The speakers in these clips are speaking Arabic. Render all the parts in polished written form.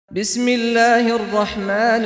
بسم الله الرحمن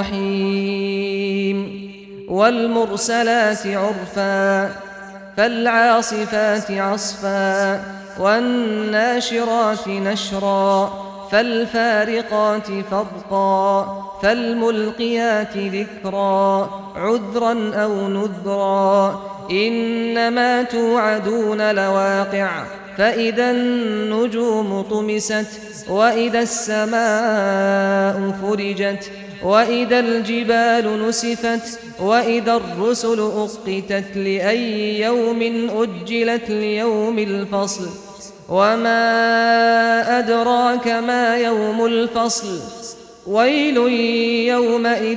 الرحيم والمرسلات عرفا فالعاصفات عصفا والناشرات نشرا فالفارقات فرقا فالملقيات ذكرا عذرا أو نذرا إنما توعدون لواقع فإذا النجوم طمست وإذا السماء فرجت وإذا الجبال نسفت وإذا الرسل أقتت لأي يوم أجلت ليوم الفصل وما أدراك ما يوم الفصل ويل يومئذ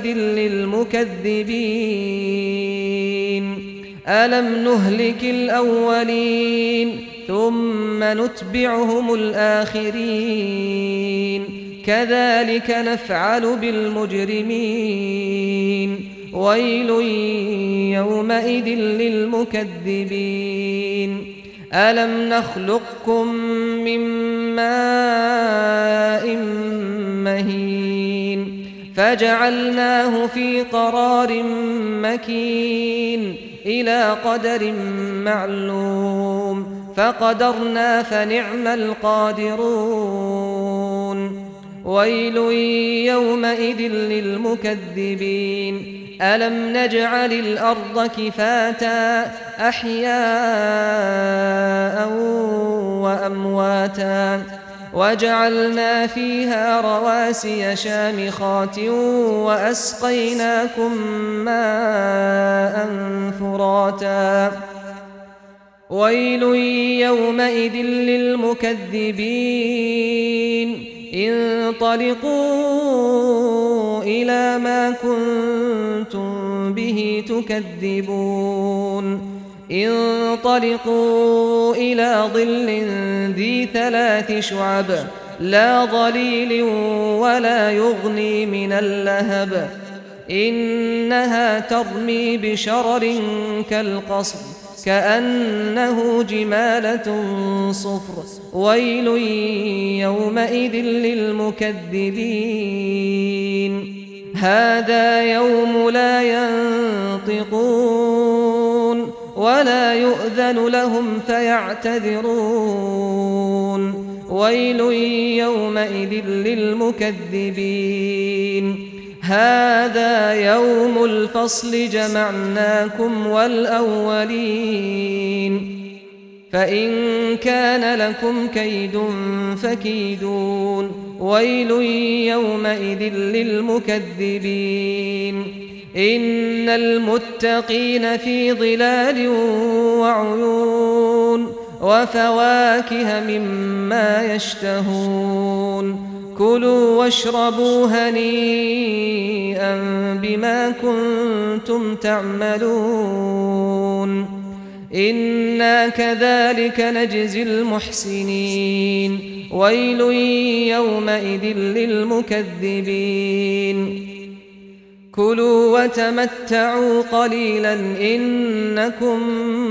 للمكذبين ألم نهلك الأولين ثم نتبعهم الآخرين كذلك نفعل بالمجرمين ويل يومئذ للمكذبين ألم نخلقكم من ماء مهين فجعلناه في قرار مكين إلى قدر معلوم فقدرنا فنعم القادرون ويل يومئذ للمكذبين ألم نجعل الأرض كفاتا أحياء وأمواتا وجعلنا فيها رواسي شامخات وأسقيناكم ماء فراتا ويل يومئذ للمكذبين انطلقوا إلى ما كنتم به تكذبون انطلقوا إلى ظل ذي 3 شعب لا ظليل ولا يغني من اللهب إنها ترمي بشرر كالقصر كأنه جمالة صفر ويل يومئذ للمكذبين هذا يوم لا ينطقون ولا يؤذن لهم فيعتذرون ويل يومئذ للمكذبين هذا يوم الفصل جمعناكم والأولين فإن كان لكم كيد فكيدون ويل يومئذ للمكذبين إن المتقين في ظلال وعيون وفواكه مما يشتهون كلوا واشربوا هنيئا بما كنتم تعملون إنا كذلك نجزي المحسنين ويل يومئذ للمكذبين كلوا وتمتعوا قليلا إنكم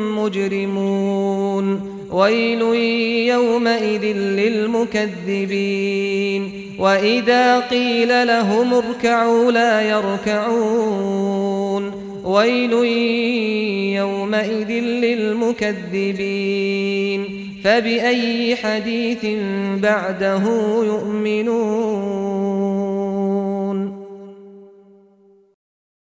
مجرمون ويل يومئذ للمكذبين وإذا قيل لهم اركعوا لا يركعون ويل يومئذ للمكذبين فبأي حديث بعده يؤمنون